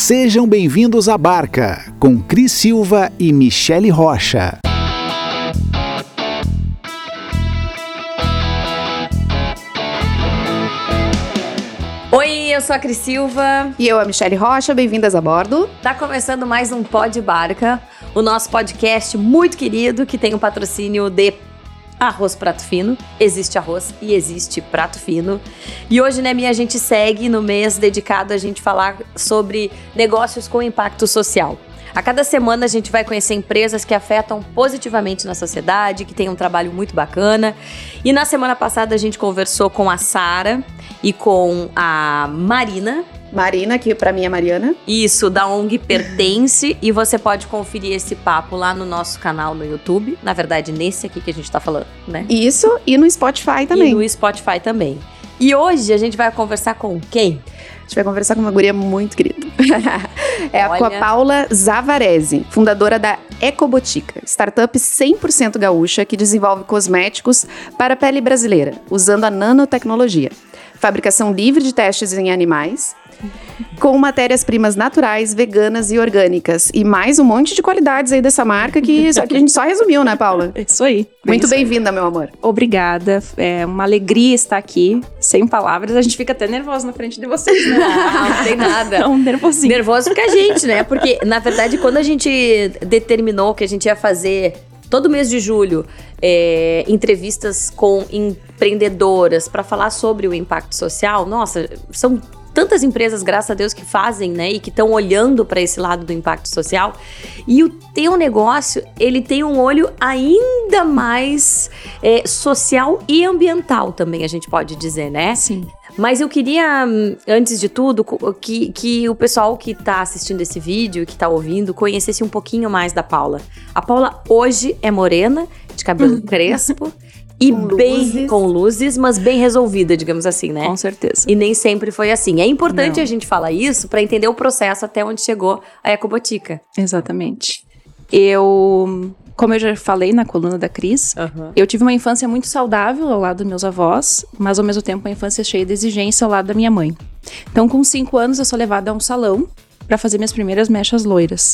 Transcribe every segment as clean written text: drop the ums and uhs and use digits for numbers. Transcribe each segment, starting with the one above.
Sejam bem-vindos à Barca, com Cris Silva e Michele Rocha. Oi, eu sou a Cris Silva. E eu, a Michele Rocha, bem-vindas a bordo. Tá começando mais um Pod Barca, o nosso podcast muito querido, que tem o patrocínio de Arroz Prato Fino. Existe arroz e existe prato fino. E hoje, né, a gente segue no mês dedicado a gente falar sobre negócios com impacto social. A cada semana a gente vai conhecer empresas que afetam positivamente na sociedade, que têm um trabalho muito bacana. E na semana passada a gente conversou com a Sara e com a Marina. Marina, que pra mim é Mariana. Isso, da ONG Pertence. E você pode conferir esse papo lá no nosso canal no YouTube. Na verdade, nesse aqui que a gente tá falando, né? Isso, e no Spotify também. E no Spotify também. E hoje a gente vai conversar com quem? A gente vai conversar com uma guria muito querida. Com a Paula Zavarese, fundadora da Ecobotica, startup 100% gaúcha que desenvolve cosméticos para a pele brasileira, usando a nanotecnologia. Fabricação livre de testes em animais, com matérias-primas naturais, veganas e orgânicas. E mais um monte de qualidades aí dessa marca que a gente só resumiu, né, Paula? Isso aí. Muito bem-vinda, meu amor. Obrigada. É uma alegria estar aqui. Sem palavras, a gente fica até nervosa na frente de vocês, né? Não tem nada. Não, nervosinho. Nervoso que a gente, né? Porque, na verdade, quando a gente determinou que a gente ia fazer todo mês de julho entrevistas com empreendedoras para falar sobre o impacto social, nossa, são tantas empresas, graças a Deus, que fazem, né, e que estão olhando para esse lado do impacto social. E o teu negócio, ele tem um olho ainda mais social e ambiental também, a gente pode dizer, né? Sim. Mas eu queria, antes de tudo, que o pessoal que está assistindo esse vídeo, que está ouvindo, conhecesse um pouquinho mais da Paula. A Paula hoje é morena, de cabelo crespo, e com luzes, mas bem resolvida, digamos assim, né? Com certeza. E nem sempre foi assim. É importante a gente falar isso para entender o processo até onde chegou a Ecobotica. Exatamente. Como eu já falei na coluna da Cris, eu tive uma infância muito saudável ao lado dos meus avós, mas ao mesmo tempo uma infância cheia de exigência ao lado da minha mãe. Então, com 5 anos, eu sou levada a um salão para fazer minhas primeiras mechas loiras.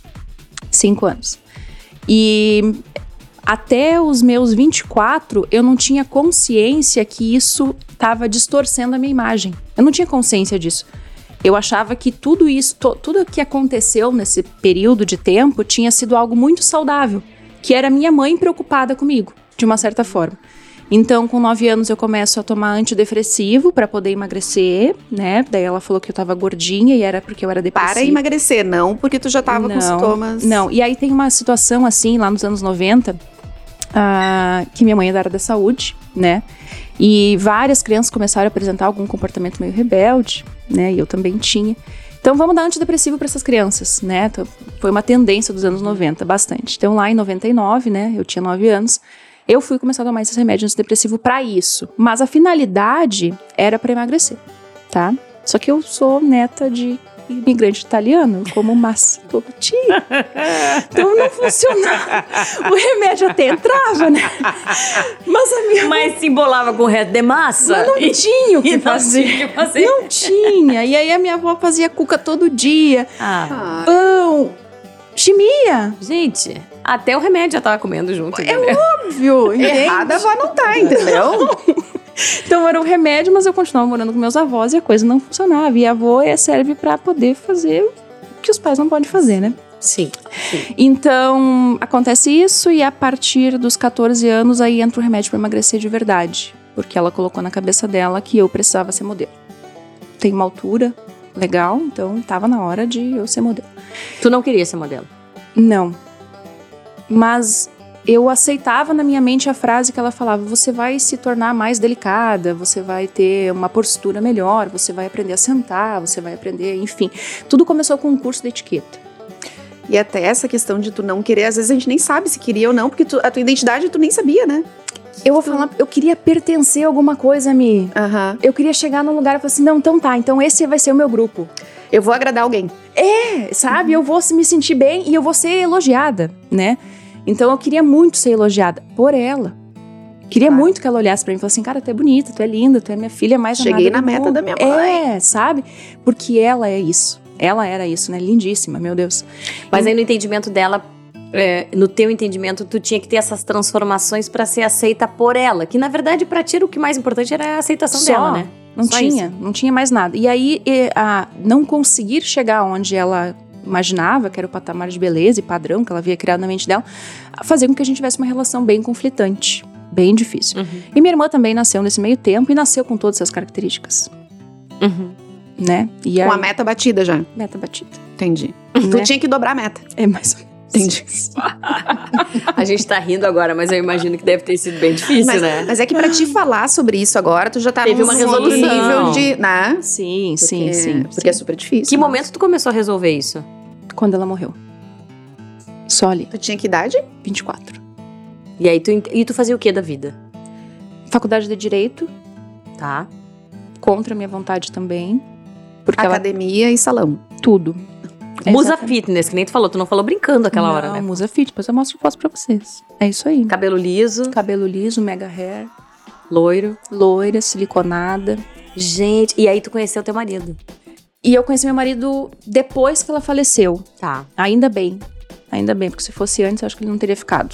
5 anos. E até os meus 24, eu não tinha consciência que isso estava distorcendo a minha imagem. Eu não tinha consciência disso. Eu achava que tudo isso, tudo que aconteceu nesse período de tempo tinha sido algo muito saudável, que era minha mãe preocupada comigo, de uma certa forma. Então, com 9 anos, eu começo a tomar antidepressivo para poder emagrecer, né? Daí ela falou que eu tava gordinha e era porque eu era depressiva. Para emagrecer, não porque tu já tava com sintomas. Não, e aí tem uma situação assim, lá nos anos 90, que minha mãe é da área da saúde, né? E várias crianças começaram a apresentar algum comportamento meio rebelde, né? E eu também tinha. Então vamos dar antidepressivo para essas crianças, né? Então, foi uma tendência dos anos 90, bastante. Então lá em 99, né? Eu tinha 9 anos. Eu fui começar a tomar esse remédio antidepressivo para isso. Mas a finalidade era para emagrecer, tá? Só que eu sou neta de imigrante italiano, como massa todo dia. Então não funcionava. O remédio até entrava, né? Mas a minha... Mas se embolava com o resto de massa? Mas não tinha o que fazer. Não tinha. E aí a minha avó fazia cuca todo dia. Pão, chimia. Gente, até o remédio já tava comendo junto. É óbvio. Errada a avó não tá, entendeu? Então era um remédio, mas eu continuava morando com meus avós e a coisa não funcionava. E a avó serve pra poder fazer o que os pais não podem fazer, né? Sim. Então, acontece isso e a partir dos 14 anos aí entra o remédio pra emagrecer de verdade. Porque ela colocou na cabeça dela que eu precisava ser modelo. Tem uma altura legal, então tava na hora de eu ser modelo. Tu não queria ser modelo? Não. Mas eu aceitava na minha mente a frase que ela falava: você vai se tornar mais delicada, você vai ter uma postura melhor, você vai aprender a sentar, você vai aprender, enfim. Tudo começou com um curso de etiqueta. E até essa questão de tu não querer, às vezes a gente nem sabe se queria ou não, porque a tua identidade tu nem sabia, né? Eu vou falar, eu queria pertencer a alguma coisa, Mi. Eu queria chegar num lugar e falar assim, não, então tá, então esse vai ser o meu grupo. Eu vou agradar alguém. Sabe? Eu vou me sentir bem e eu vou ser elogiada, né? Então eu queria muito ser elogiada por ela. Queria muito que ela olhasse pra mim e falasse assim, cara, tu é bonita, tu é linda, tu é minha filha mais amada do mundo. Cheguei na meta da minha mãe. Sabe? Porque ela é isso. Ela era isso, né? Lindíssima, meu Deus. Mas aí no entendimento dela, no teu entendimento, tu tinha que ter essas transformações pra ser aceita por ela. Que na verdade pra ti o que mais importante era a aceitação dela, né? Não tinha mais nada. E aí, não conseguir chegar onde ela imaginava, que era o patamar de beleza e padrão que ela havia criado na mente dela, fazia com que a gente tivesse uma relação bem conflitante, bem difícil. E minha irmã também nasceu nesse meio tempo e nasceu com todas essas características. Né? E com a meta batida já. Meta batida. Entendi. Né? Tu tinha que dobrar a meta. É mais ou menos. Entendi. A gente tá rindo agora, mas eu imagino que deve ter sido bem difícil, né? Mas é que pra te falar sobre isso agora, tu já tá teve uma resolução. Nível de... Né? Sim. Porque é super difícil. Que momento tu começou a resolver isso? Quando ela morreu. Só ali. Tu tinha que idade? 24. E aí tu fazia o que da vida? Faculdade de Direito. Tá. Contra a minha vontade também. Porque academia e salão. Tudo. Musa Fitness, que nem tu falou. Tu não falou brincando aquela hora, né? Musa Fitness. Depois eu mostro foto pra vocês. É isso aí. Cabelo liso. Cabelo liso, mega hair. Loira, siliconada. Gente, e aí tu conheceu teu marido? E eu conheci meu marido depois que ela faleceu. Tá. Ainda bem, porque se fosse antes, eu acho que ele não teria ficado.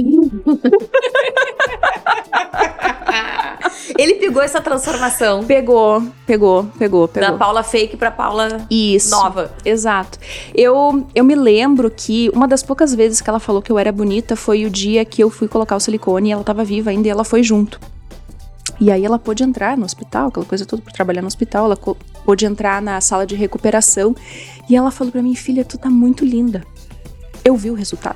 Ele pegou essa transformação. Pegou. Da Paula fake pra Paula nova. Exato. Eu me lembro que uma das poucas vezes que ela falou que eu era bonita foi o dia que eu fui colocar o silicone e ela tava viva ainda e ela foi junto. E aí ela pôde entrar no hospital, aquela coisa toda, por trabalhar no hospital, ela pôde entrar na sala de recuperação e ela falou pra mim, filha, tu tá muito linda. Eu vi o resultado.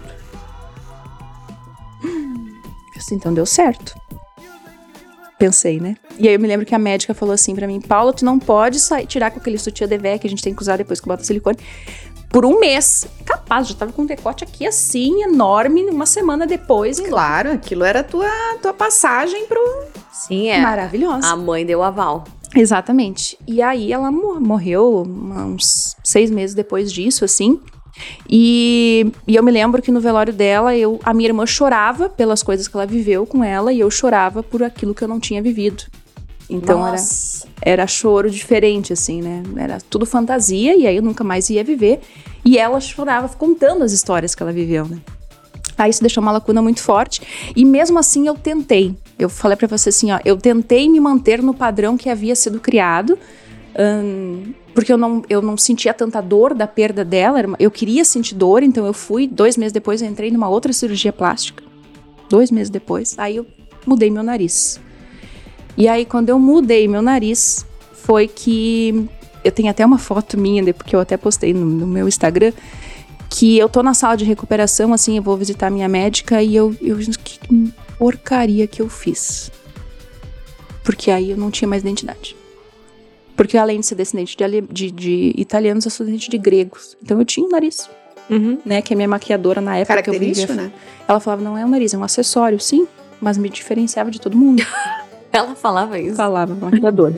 Então deu certo. Pensei, né? E aí eu me lembro que a médica falou assim pra mim, Paula, tu não pode tirar com aquele sutiã de véia que a gente tem que usar depois que bota silicone, por um mês. Capaz, já tava com um decote aqui assim, enorme, uma semana depois. Claro, aquilo era tua passagem pro... Sim, é. Maravilhosa. A mãe deu aval. Exatamente. E aí ela morreu uns 6 meses depois disso, assim. E eu me lembro que no velório dela, a minha irmã chorava pelas coisas que ela viveu com ela e eu chorava por aquilo que eu não tinha vivido. Então era choro diferente, assim, né? Era tudo fantasia e aí eu nunca mais ia viver. E ela chorava contando as histórias que ela viveu, né? Aí isso deixou uma lacuna muito forte. E mesmo assim eu tentei. Eu falei pra você assim, ó, eu tentei me manter no padrão que havia sido criado. Porque eu não sentia tanta dor da perda dela, eu queria sentir dor, então eu fui, 2 meses depois eu entrei numa outra cirurgia plástica, 2 meses depois, aí eu mudei meu nariz. E aí quando eu mudei meu nariz, foi que, eu tenho até uma foto minha, porque eu até postei no meu Instagram, que eu tô na sala de recuperação, assim, eu vou visitar a minha médica e eu que porcaria que eu fiz. Porque aí eu não tinha mais identidade. Porque além de ser descendente de italianos, eu sou descendente de gregos. Então eu tinha um nariz, né? Que a minha maquiadora na época que eu vivia, né? Ela falava, não é um nariz, é um acessório, sim. Mas me diferenciava de todo mundo. Ela falava isso? Falava, maquiadora.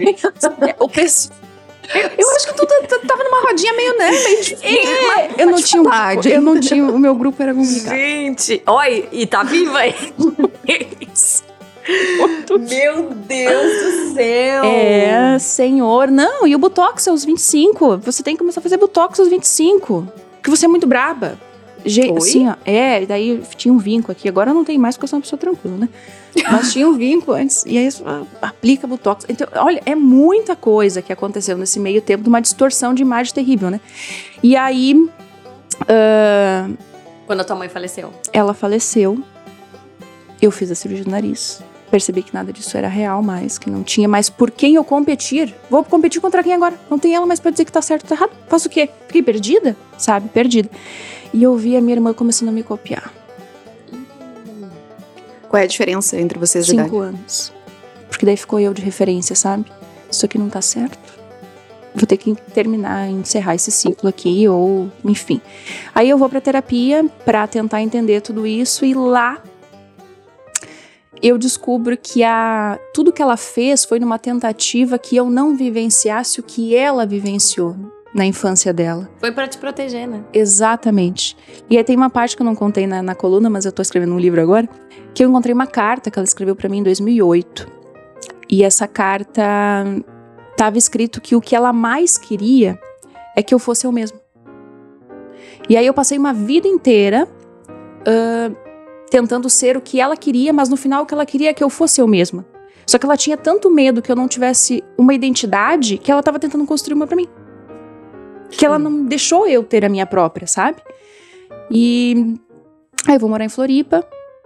Eu acho que tu tava numa rodinha meio, né? Eu não tinha, o meu grupo era complicado. Gente, olha, e tá viva aí. Meu Deus do céu! Senhor. Não, e o Botox aos 25. Você tem que começar a fazer Botox aos 25. Porque você é muito braba. Assim, ó. Daí tinha um vinco aqui. Agora não tem mais porque eu sou uma pessoa tranquila, né? Mas tinha um vinco antes. E aí aplica Botox. Então, olha, é muita coisa que aconteceu nesse meio tempo de uma distorção de imagem terrível, né? E aí... Quando a tua mãe faleceu? Ela faleceu. Eu fiz a cirurgia do nariz. Percebi que nada disso era real mais, que não tinha mais por quem eu competir. Vou competir contra quem agora? Não tem ela mais pra dizer que tá certo ou tá errado. Faço o quê? Fiquei perdida, sabe? Perdida. E eu vi a minha irmã começando a me copiar. Qual é a diferença entre vocês de idade? 5 anos. Porque daí ficou eu de referência, sabe? Isso aqui não tá certo. Vou ter que encerrar esse ciclo aqui, ou enfim. Aí eu vou pra terapia pra tentar entender tudo isso e lá eu descubro que tudo que ela fez foi numa tentativa que eu não vivenciasse o que ela vivenciou na infância dela. Foi pra te proteger, né? Exatamente. E aí tem uma parte que eu não contei na coluna, mas eu tô escrevendo um livro agora, que eu encontrei uma carta que ela escreveu pra mim em 2008. E essa carta tava escrito que o que ela mais queria é que eu fosse eu mesma. E aí eu passei uma vida inteira tentando ser o que ela queria, mas no final o que ela queria é que eu fosse eu mesma. Só que ela tinha tanto medo que eu não tivesse uma identidade que ela tava tentando construir uma pra mim. Que ela não deixou eu ter a minha própria, sabe? E aí eu vou morar em Floripa.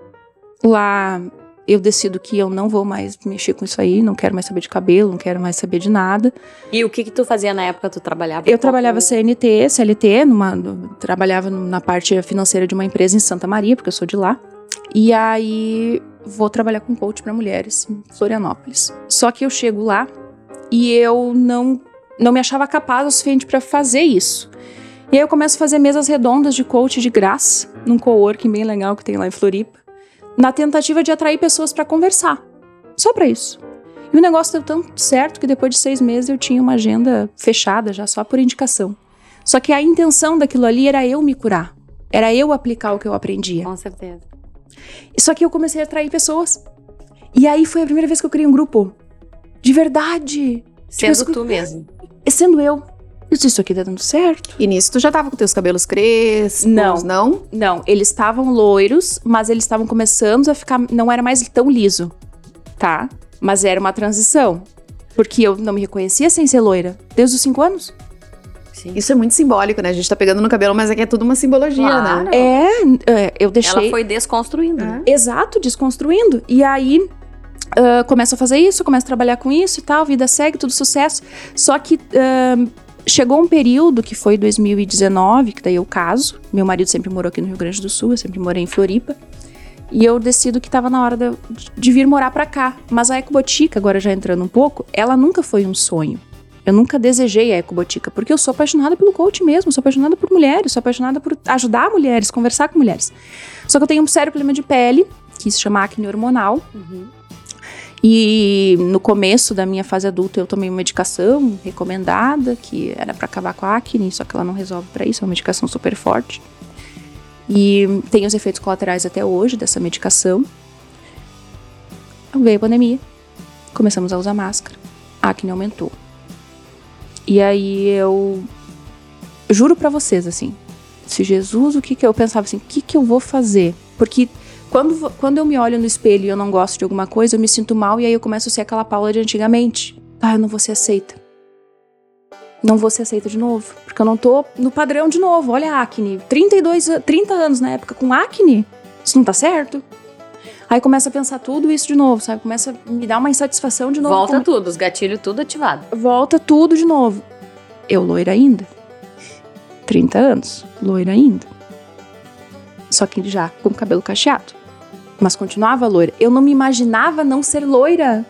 Lá eu decido que eu não vou mais mexer com isso aí, não quero mais saber de cabelo, não quero mais saber de nada. E o que tu fazia na época? Tu trabalhava? Eu trabalhava CLT, trabalhava na parte financeira de uma empresa em Santa Maria, porque eu sou de lá. E aí vou trabalhar com coach para mulheres em Florianópolis. Só que eu chego lá e eu não me achava capaz o suficiente para fazer isso. E aí eu começo a fazer mesas redondas de coach de graça, num coworking bem legal que tem lá em Floripa, na tentativa de atrair pessoas para conversar. Só para isso. E o negócio deu tão certo que depois de 6 meses eu tinha uma agenda fechada já só por indicação. Só que a intenção daquilo ali era eu me curar. Era eu aplicar o que eu aprendia. Com certeza. Só que eu comecei a atrair pessoas. E aí foi a primeira vez que eu criei um grupo. De verdade. Sendo tu mesmo. Sendo eu. Eu disse, isso aqui tá dando certo. E nisso tu já tava com teus cabelos crespos, não? Não, eles estavam loiros, mas eles estavam começando a ficar... Não era mais tão liso, tá? Mas era uma transição. Porque eu não me reconhecia sem ser loira. Desde os 5 anos. Sim. Isso é muito simbólico, né? A gente tá pegando no cabelo, mas aqui é tudo uma simbologia, claro. né? Eu deixei... Ela foi desconstruindo. Né? Exato, desconstruindo. E aí... começo a fazer isso, começo a trabalhar com isso e tal, vida segue, tudo sucesso. Só que chegou um período, que foi 2019, que daí eu caso. Meu marido sempre morou aqui no Rio Grande do Sul, eu sempre morei em Floripa. E eu decido que tava na hora de vir morar pra cá. Mas a Ecobotica, agora já entrando um pouco, ela nunca foi um sonho. Eu nunca desejei a Ecobotica, porque eu sou apaixonada pelo coach mesmo, sou apaixonada por mulheres, sou apaixonada por ajudar mulheres, conversar com mulheres. Só que eu tenho um sério problema de pele, que se chama acne hormonal. E no começo da minha fase adulta eu tomei uma medicação recomendada, que era pra acabar com a acne, só que ela não resolve pra isso, é uma medicação super forte. E tem os efeitos colaterais até hoje dessa medicação. Veio a pandemia, começamos a usar máscara, a acne aumentou. E aí eu juro pra vocês, assim, se Jesus, o que eu pensava assim, o que eu vou fazer? Porque quando eu me olho no espelho e eu não gosto de alguma coisa, eu me sinto mal e aí eu começo a ser aquela Paula de antigamente. Eu não vou ser aceita. Não vou ser aceita de novo, porque eu não tô no padrão de novo. Olha a acne, 30 anos na época com acne, isso não tá certo? Aí começa a pensar tudo isso de novo, sabe? Começa a me dar uma insatisfação de novo. Volta tudo, os gatilhos tudo ativado. Volta tudo de novo. Eu loira ainda. 30 anos, loira ainda. Só que já com o cabelo cacheado. Mas continuava loira. Eu não me imaginava não ser loira.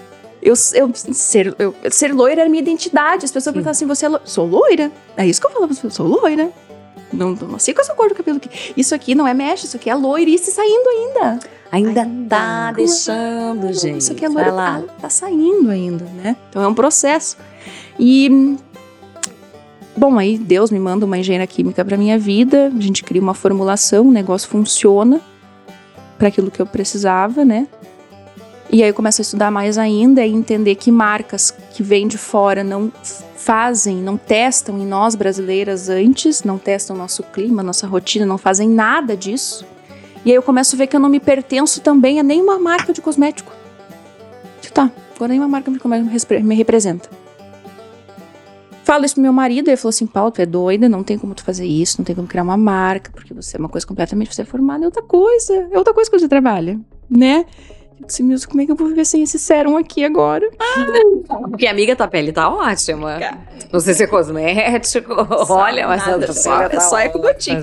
Ser loira era minha identidade. As pessoas perguntavam assim, você é loira? Sou loira. É isso que eu falava para as pessoas, sou loira. Não sei com essa cor do cabelo aqui. Isso aqui não é mecha, isso aqui é loirice saindo ainda. Ainda tá deixando, gente. Isso aqui é loira. Tá saindo ainda, né? Então é um processo. E... Bom, aí Deus me manda uma engenharia química pra minha vida. A gente cria uma formulação, o negócio funciona para aquilo que eu precisava, né? E aí eu começo a estudar mais ainda e entender que marcas que vêm de fora não fazem, não testam em nós brasileiras antes, não testam nosso clima, nossa rotina, não fazem nada disso. E aí eu começo a ver que eu não me pertenço também a nenhuma marca de cosmético. Tá, agora nenhuma marca de cosmético me representa. Falo isso pro meu marido, ele falou assim, Paulo, tu é doida, não tem como tu fazer isso, não tem como criar uma marca, porque você é uma coisa completamente, você é formada, é outra coisa que você trabalha, né? Eu disse, Milson, como é que eu vou viver sem esse sérum aqui agora? Porque, amiga, tua pele tá ótima. Não sei se é cosmético, olha, mas só é Ecobotica.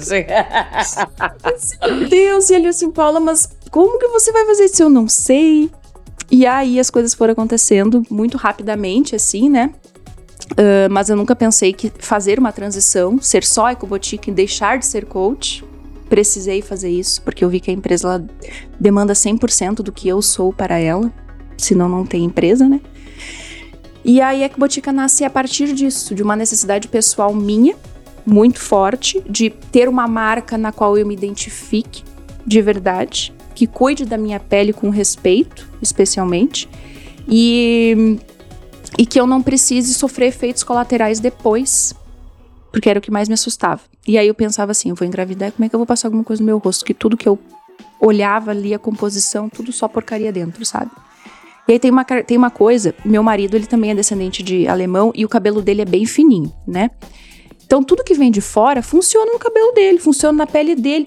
Meu Deus, e ele assim, Paula, mas como que você vai fazer isso? Eu não sei. E aí as coisas foram acontecendo muito rapidamente, assim, né? Mas eu nunca pensei que fazer uma transição, ser só Ecobotica e deixar de ser coach, precisei fazer isso, porque eu vi que a empresa ela demanda 100% do que eu sou para ela, senão não tem empresa, né? E aí a Ecobotica nasce a partir disso, de uma necessidade pessoal minha, muito forte, de ter uma marca na qual eu me identifique de verdade, que cuide da minha pele com respeito, especialmente, e que eu não precise sofrer efeitos colaterais depois Porque era o que mais me assustava. E aí eu pensava assim, eu vou engravidar, como é que eu vou passar alguma coisa no meu rosto? Que tudo que eu olhava ali, a composição, tudo só porcaria dentro, sabe? E aí tem uma coisa, meu marido, ele também é descendente de alemão e o cabelo dele é bem fininho, né? Então tudo que vem de fora funciona no cabelo dele, funciona na pele dele.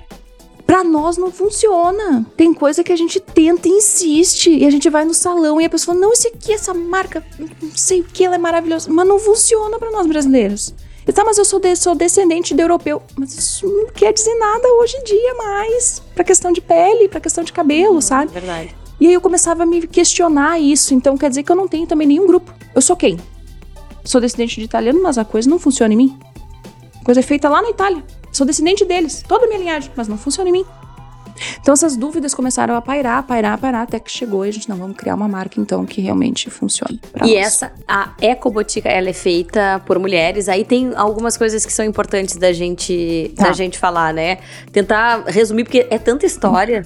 Pra nós não funciona. Tem coisa que a gente tenta e insiste. E a gente vai no salão e a pessoa fala, não, esse aqui, essa marca, não sei o que, ela é maravilhosa. Mas não funciona pra nós brasileiros. E tá, mas eu sou descendente de europeu. Mas isso não quer dizer nada hoje em dia mais. Pra questão de pele, pra questão de cabelo, sabe? Verdade. E aí eu começava a me questionar isso. Então quer dizer que eu não tenho também nenhum grupo. Eu sou quem? Sou descendente de italiano, mas a coisa não funciona em mim. A coisa é feita lá na Itália. Sou descendente deles, toda a minha linhagem, mas não funciona em mim. Então essas dúvidas começaram a pairar, até que chegou e a gente, não, vamos criar uma marca então que realmente funcione pra nós. A Ecobotica, ela é feita por mulheres, aí tem algumas coisas que são importantes da gente falar, né? Tentar resumir, porque é tanta história,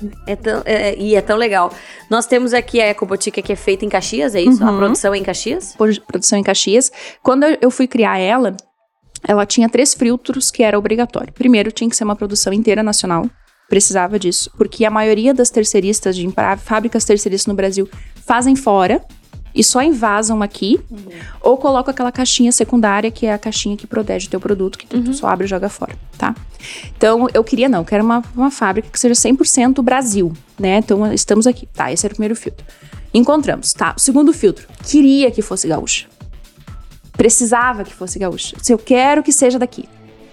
e é tão legal. Nós temos aqui a Ecobotica que é feita em Caxias, é isso? A produção é em Caxias? Produção em Caxias. Quando eu fui criar ela tinha 3 filtros que era obrigatório. Primeiro, tinha que ser uma produção inteira nacional. Precisava disso. Porque a maioria das terceiristas, fábricas terceiristas no Brasil, fazem fora e só invasam aqui. Ou colocam aquela caixinha secundária, que é a caixinha que protege o teu produto, que tu só abre e joga fora, tá? Então, eu queria uma fábrica que seja 100% Brasil, né? Então, estamos aqui. Tá, esse era o primeiro filtro. Encontramos, tá? O segundo filtro, queria que fosse gaúcha. Precisava que fosse gaúcha. Se eu quero que seja daqui.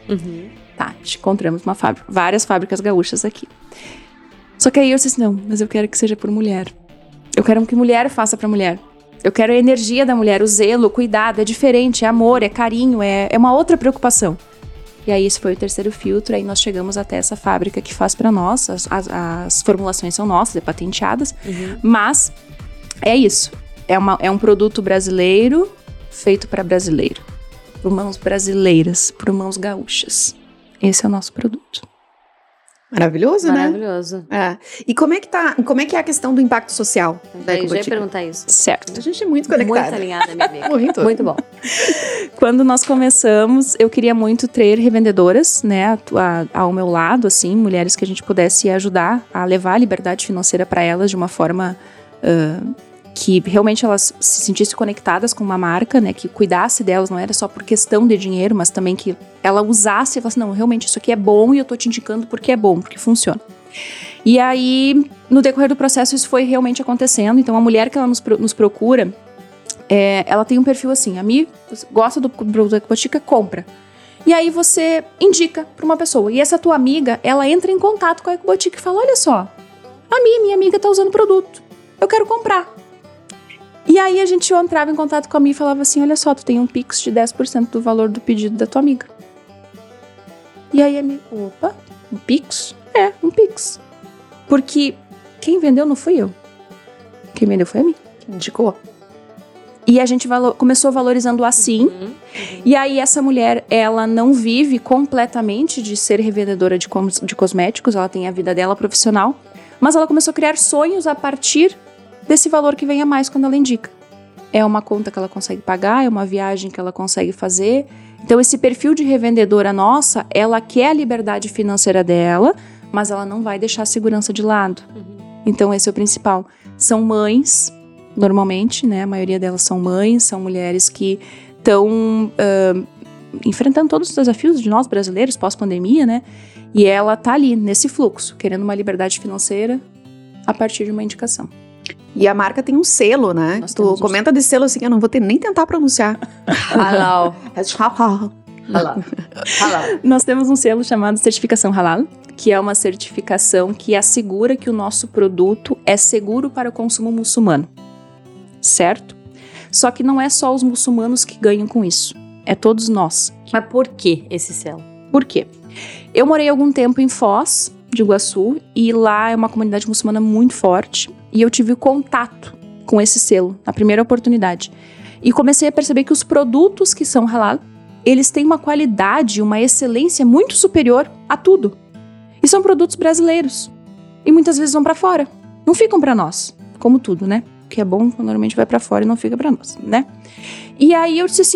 Tá, encontramos várias fábricas gaúchas aqui. Só que aí eu disse assim, não, mas eu quero que seja por mulher. Eu quero que mulher faça pra mulher. Eu quero a energia da mulher, o zelo, o cuidado, é diferente, é amor, é carinho, é uma outra preocupação. E aí esse foi o terceiro filtro, aí nós chegamos até essa fábrica que faz pra nós, as formulações são nossas, é patenteadas, mas é isso, é um produto brasileiro, feito para brasileiro, por mãos brasileiras, por mãos gaúchas. Esse é o nosso produto. Maravilhoso, né? Maravilhoso. E como é que é a questão do impacto social da Ecobotica? Eu já ia perguntar isso. Certo. A gente é muito conectada. Muito alinhada, minha amiga. Muito bom. Quando nós começamos, eu queria muito ter revendedoras, né, ao meu lado, assim, mulheres que a gente pudesse ajudar a levar a liberdade financeira para elas de uma forma que realmente elas se sentissem conectadas com uma marca, né, que cuidasse delas, não era só por questão de dinheiro, mas também que ela usasse e falasse, não, realmente isso aqui é bom e eu tô te indicando porque é bom, porque funciona. E aí, no decorrer do processo, isso foi realmente acontecendo. Então, a mulher que ela nos procura, ela tem um perfil assim, a Mi gosta do produto da Ecobotica, compra. E aí você indica para uma pessoa. E essa tua amiga, ela entra em contato com a Ecobotica e fala, olha só, minha amiga tá usando o produto, eu quero comprar. E aí a gente entrava em contato com a Mi e falava assim, olha só, tu tem um Pix de 10% do valor do pedido da tua amiga. E aí a Mi, opa, um Pix? Um Pix. Porque quem vendeu não fui eu. Quem vendeu foi a Mi. Que indicou. E a gente começou valorizando assim. E aí essa mulher, ela não vive completamente de ser revendedora de cosméticos, ela tem a vida dela profissional, mas ela começou a criar sonhos a partir desse valor que vem a mais quando ela indica. É uma conta que ela consegue pagar, é uma viagem que ela consegue fazer. Então esse perfil de revendedora nossa, ela quer a liberdade financeira dela, mas ela não vai deixar a segurança de lado. Então esse é o principal. São mães, normalmente, né? A maioria delas são mães, são mulheres que estão enfrentando todos os desafios de nós brasileiros pós-pandemia, né? E ela tá ali, nesse fluxo, querendo uma liberdade financeira a partir de uma indicação. E a marca tem um selo, né? Tu comenta de selo assim, eu não vou nem tentar pronunciar. Halal. Halal. Nós temos um selo chamado Certificação Halal, que é uma certificação que assegura que o nosso produto é seguro para o consumo muçulmano. Certo? Só que não é só os muçulmanos que ganham com isso. É todos nós. Mas por que esse selo? Por quê? Eu morei algum tempo em Foz de Iguaçu e lá é uma comunidade muçulmana muito forte e eu tive contato com esse selo na primeira oportunidade e comecei a perceber que os produtos que são halal, eles têm uma qualidade, uma excelência muito superior a tudo e são produtos brasileiros e muitas vezes vão para fora, não ficam para nós, como tudo, né? O que é bom normalmente vai para fora e não fica para nós, né? E aí eu disse assim,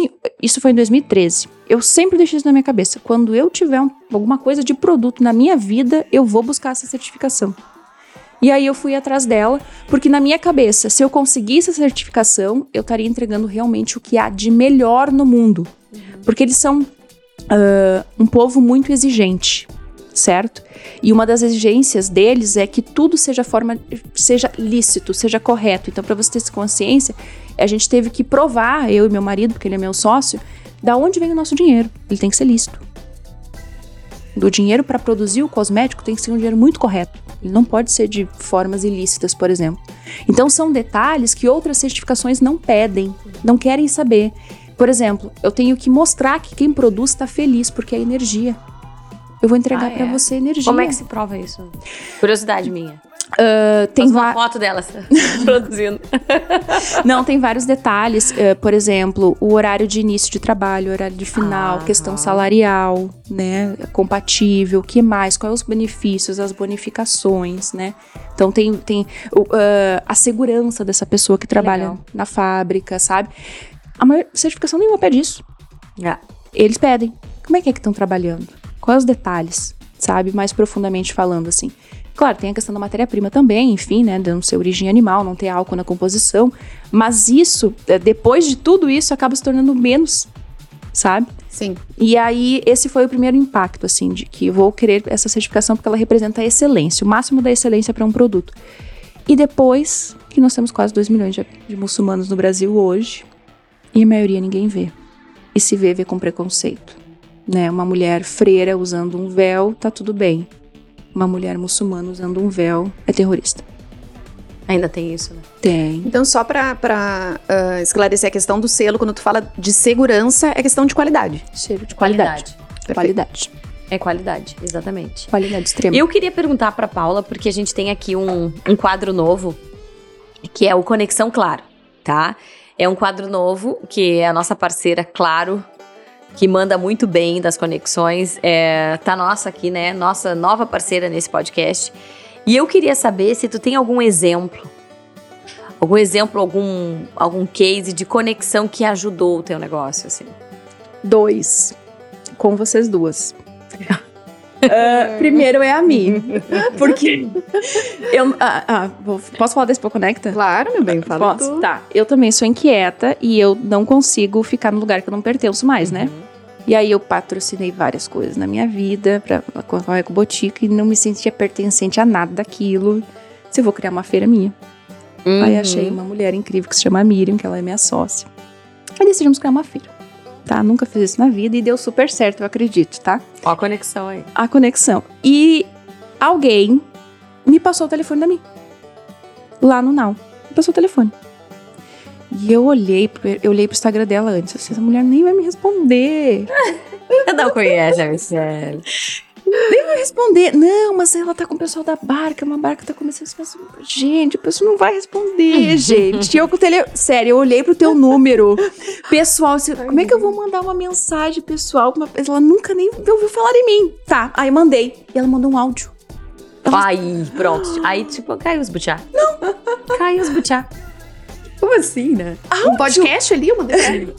Isso foi em 2013. Eu sempre deixei isso na minha cabeça. Quando eu tiver alguma coisa de produto na minha vida, eu vou buscar essa certificação. E aí eu fui atrás dela, porque na minha cabeça, se eu conseguisse essa certificação, eu estaria entregando realmente o que há de melhor no mundo. Porque eles são um povo muito exigente, certo? E uma das exigências deles é que tudo seja lícito, seja correto. Então, para você ter essa consciência, a gente teve que provar, eu e meu marido, porque ele é meu sócio, da onde vem o nosso dinheiro. Ele tem que ser lícito. O dinheiro para produzir o cosmético tem que ser um dinheiro muito correto. Ele não pode ser de formas ilícitas, por exemplo. Então, são detalhes que outras certificações não pedem, não querem saber. Por exemplo, eu tenho que mostrar que quem produz está feliz, porque é energia. Eu vou entregar para você energia. Como é que se prova isso? Curiosidade minha. Tem uma foto delas produzindo. Não, tem vários detalhes. Por exemplo, o horário de início de trabalho, o horário de final, questão salarial, né? Compatível, o que mais? Quais os benefícios, as bonificações, né? Então tem a segurança dessa pessoa que trabalha na fábrica, sabe? A maior certificação nenhuma pede isso. Eles pedem. Como é que estão trabalhando? Quais os detalhes, sabe? Mais profundamente falando, assim. Claro, tem a questão da matéria-prima também, enfim, né? De não ser origem animal, não ter álcool na composição. Mas isso, depois de tudo isso, acaba se tornando menos, sabe? Sim. E aí, esse foi o primeiro impacto, assim, de que eu vou querer essa certificação porque ela representa a excelência, o máximo da excelência para um produto. E depois que nós temos quase 2 milhões de muçulmanos no Brasil hoje, e a maioria ninguém vê. E se vê com preconceito. Né? Uma mulher freira usando um véu, tá tudo bem. Uma mulher muçulmana usando um véu é terrorista. Ainda tem isso, né? Tem. Então, só pra esclarecer a questão do selo, quando tu fala de segurança, é questão de qualidade. Cheiro de qualidade. Qualidade. É qualidade, exatamente. Qualidade extrema. Eu queria perguntar pra Paula, porque a gente tem aqui um quadro novo, que é o Conexão Claro, tá? É um quadro novo, que é a nossa parceira Claro, que manda muito bem das conexões, tá nossa aqui, né? Nossa nova parceira nesse podcast. E eu queria saber se tu tem algum exemplo, algum case de conexão que ajudou o teu negócio, assim. 2. Com vocês duas. Primeiro é a mim. Porque posso falar da Expo Conecta? Claro, meu bem, fala Posso? Tá. Eu também sou inquieta e eu não consigo ficar no lugar que eu não pertenço mais, né? E aí eu patrocinei várias coisas na minha vida com a Ecobotica e não me sentia pertencente a nada daquilo. Se eu vou criar uma feira minha. Aí achei uma mulher incrível que se chama Miriam, que ela é minha sócia. Aí decidimos criar uma feira. Tá, nunca fiz isso na vida e deu super certo, eu acredito, tá? Ó a conexão aí. A conexão. E alguém me passou o telefone da mim. Lá no Now. Me passou o telefone. E eu olhei pro Instagram dela antes. Assim, essa mulher nem vai me responder. Não conhece a Michelle. Nem vai responder. Não, mas ela tá com o pessoal da barca. Uma barca tá começando a se pensar. Gente, o pessoal não vai responder, gente. Sério, eu olhei pro teu número pessoal. Como é que eu vou mandar uma mensagem pessoal? Ela nunca nem ouviu falar em mim. Tá, aí mandei. E ela mandou um áudio. Aí, pronto. Aí, tipo, caiu os butiá. Não. Caiu os butiá. Como assim, né? Um podcast ali, eu mandei.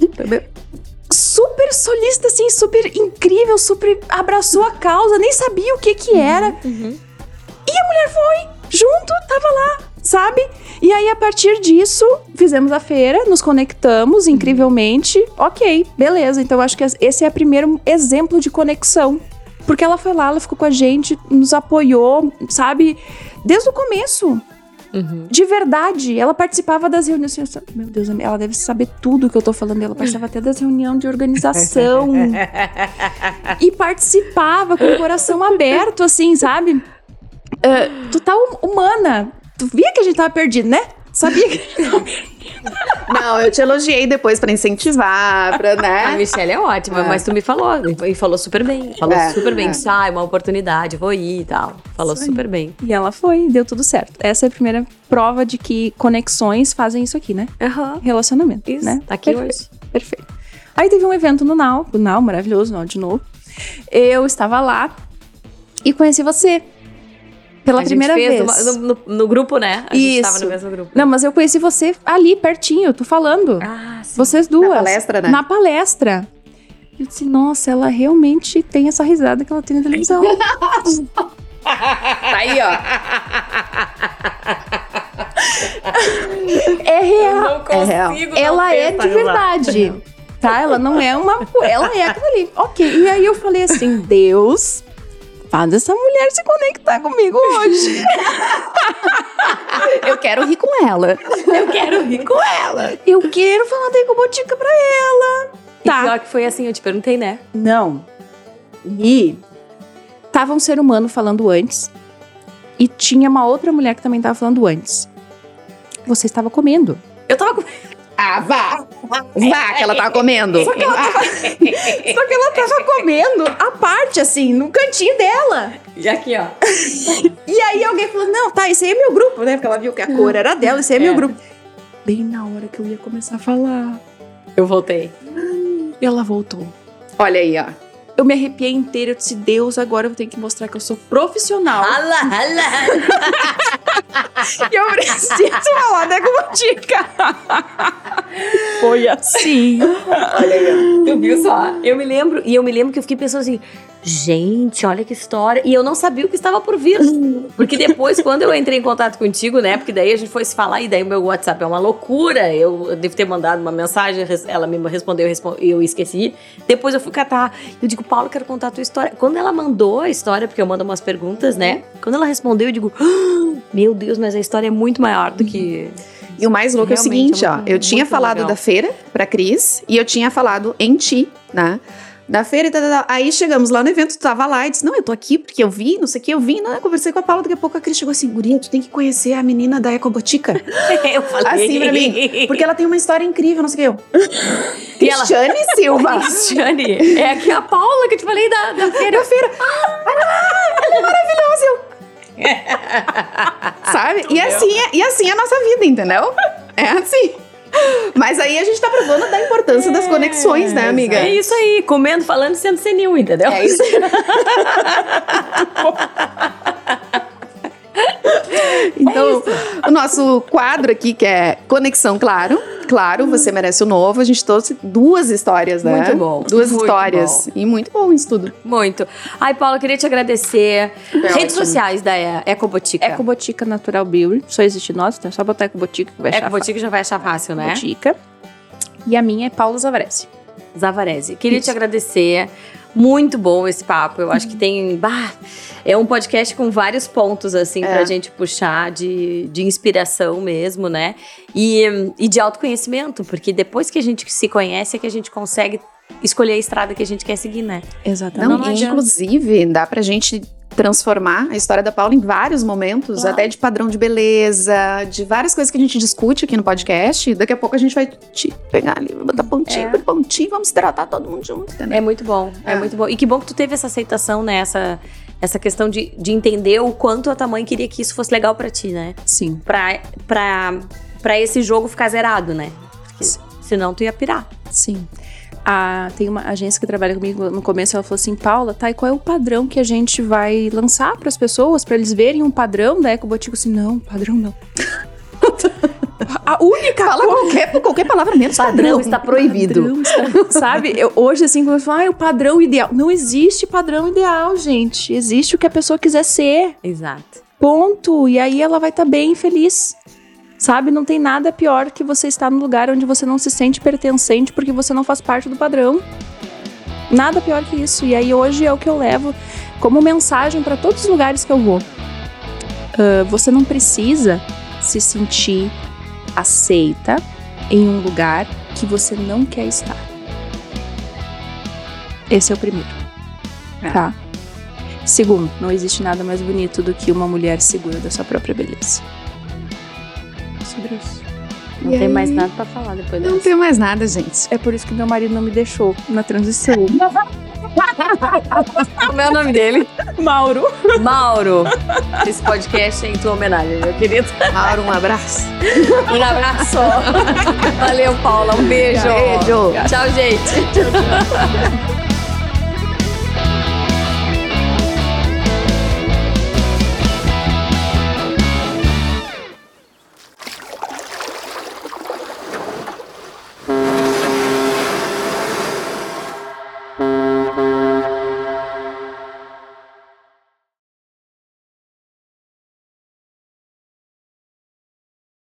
Super solista, assim, super incrível, super abraçou a causa, nem sabia o que era. E a mulher foi junto, tava lá, sabe? E aí, a partir disso, fizemos a feira, nos conectamos incrivelmente. Ok, beleza. Então, eu acho que esse é o primeiro exemplo de conexão. Porque ela foi lá, ela ficou com a gente, nos apoiou, sabe? Desde o começo. De verdade, ela participava das reuniões. Meu Deus, ela deve saber tudo que eu tô falando. Ela participava até das reuniões de organização. E participava com o coração aberto, assim, sabe? Tu tá humana. Tu via que a gente tava perdido, né? Sabia que a gente tava perdido. Não, eu te elogiei depois pra incentivar, né? A Michelle é ótima, mas tu me falou. E falou super bem. Falou super bem. Disse, uma oportunidade, vou ir e tal. Falou super bem. E ela foi, deu tudo certo. Essa é a primeira prova de que conexões fazem isso aqui, né? Relacionamento, isso, né? Tá aqui Perfeito. hoje. Perfeito. Aí teve um evento no Now, maravilhoso, Now de novo. Eu estava lá e conheci você. Pela primeira vez. No grupo, né? A gente tava no mesmo grupo. Não, mas eu conheci você ali, pertinho, eu tô falando. Ah, sim. Vocês duas. Na palestra, né? Na palestra. Eu disse, nossa, ela realmente tem essa risada que ela tem na televisão. Tá aí, ó. É real. Eu não consigo Ela é de verdade. Tá? Ela não é uma... Ela é aquilo ali. Ok. E aí eu falei assim, Deus, faz essa mulher se conectar comigo hoje. Eu quero rir com ela. Eu quero rir com ela. Eu quero falar da Ecobotica pra ela. Tá. E pior que foi assim, eu te perguntei, né? Não. E tava um ser humano falando antes. E tinha uma outra mulher que também tava falando antes. Você estava comendo. Eu tava comendo. Ah, vá! Vá, que ela tava comendo. Só que ela tava comendo a parte, assim, no cantinho dela. E aqui, ó. E aí alguém falou, não, tá, esse aí é meu grupo, né? Porque ela viu que a cor era dela, esse aí é meu grupo. Bem na hora que eu ia começar a falar. Eu voltei. Ela voltou. Olha aí, ó. Eu me arrepiei inteira, eu disse, Deus, agora eu vou ter que mostrar que eu sou profissional. Rala. E eu preciso falar da Ecobotica. Foi assim. Olha aí, tu viu só? Eu me lembro que eu fiquei pensando assim, gente, olha que história. E eu não sabia o que estava por vir. Porque depois, quando eu entrei em contato contigo, né? Porque daí a gente foi se falar e daí o meu WhatsApp é uma loucura. Eu devo ter mandado uma mensagem, ela me respondeu e eu esqueci. Depois eu fui catar. Eu digo, Paulo, quero contar a tua história. Quando ela mandou a história, porque eu mando umas perguntas, né? Quando ela respondeu, eu digo, meu Deus, mas a história é muito maior do que... E o mais louco é o seguinte, ó. Eu tinha falado legal. da feira pra Cris e eu tinha falado em ti, né? Da feira e tal. Aí chegamos lá no evento, tu tava lá e disse, não, eu tô aqui porque eu vi, não sei o que, eu vim, né? Conversei com a Paula, daqui a pouco a Cris chegou assim, guria, tu tem que conhecer a menina da Ecobotica. Eu falei. Assim pra mim, porque ela tem uma história incrível, não sei o que eu. E ela- Cristiane Silva. Cristiane, é aqui a Paula que eu te falei da feira. Da feira. Ela é maravilhosa. Eu... Sabe? E assim é a nossa vida, entendeu? É assim. Mas aí a gente tá provando da importância das conexões, né, amiga? É isso aí, comendo, falando e sendo senil, entendeu? É isso. Então, o nosso quadro aqui, que é Conexão Claro. Claro, você merece o novo. A gente trouxe 2 histórias, né? Muito bom. Duas Muito histórias. bom. E muito bom isso tudo. Muito. Ai, Paula, eu queria te agradecer. Redes sociais da Ecobotica. Ecobotica Natural Beauty. Só existe nós, então é só botar Ecobotica que vai achar Ecobotica já vai achar fácil, né? Ecobotica. E a minha é Paula Zavarese. Zavarese. Queria te agradecer. Muito bom esse papo. Eu acho que tem... é um podcast com vários pontos, assim, pra gente puxar de inspiração mesmo, né? E de autoconhecimento, porque depois que a gente se conhece é que a gente consegue escolher a estrada que a gente quer seguir, né? Exatamente. Não, inclusive, dá pra gente transformar a história da Paula em vários momentos, Claro. até de padrão de beleza, de várias coisas que a gente discute aqui no podcast. Daqui a pouco a gente vai te pegar ali, vai botar pontinho por pontinho, vamos se tratar todo mundo junto, entendeu? É muito bom, é muito bom. E que bom que tu teve essa aceitação, né? Essa questão de entender o quanto a tua mãe queria que isso fosse legal pra ti, né? Sim. Pra esse jogo ficar zerado, né? Porque senão tu ia pirar. Sim. Tem uma agência que trabalha comigo no começo, ela falou assim, Paula, tá, e qual é o padrão que a gente vai lançar pras pessoas, pra eles verem um padrão da Ecobotica? Assim, não, padrão não. A única Fala qualquer palavra menos padrão está proibido. Padrão está, sabe? Hoje, assim, quando eu falo, o padrão ideal. Não existe padrão ideal, gente. Existe o que a pessoa quiser ser. Exato. Ponto. E aí ela vai estar bem feliz. Sabe? Não tem nada pior que você estar num lugar onde você não se sente pertencente porque você não faz parte do padrão. Nada pior que isso. E aí hoje é o que eu levo como mensagem para todos os lugares que eu vou. Você não precisa se sentir aceita em um lugar que você não quer estar. Esse é o primeiro. Tá? Segundo, não existe nada mais bonito do que uma mulher segura da sua própria beleza. Sobre isso. Não tem mais nada pra falar depois dessa. Não tem mais nada, gente. É por isso que meu marido não me deixou na transição. Como é o nome dele? Mauro. Mauro. Esse podcast é em tua homenagem, meu querido. Mauro, um abraço. Um abraço. Valeu, Paula. Um beijo. Beijo. Tchau, gente.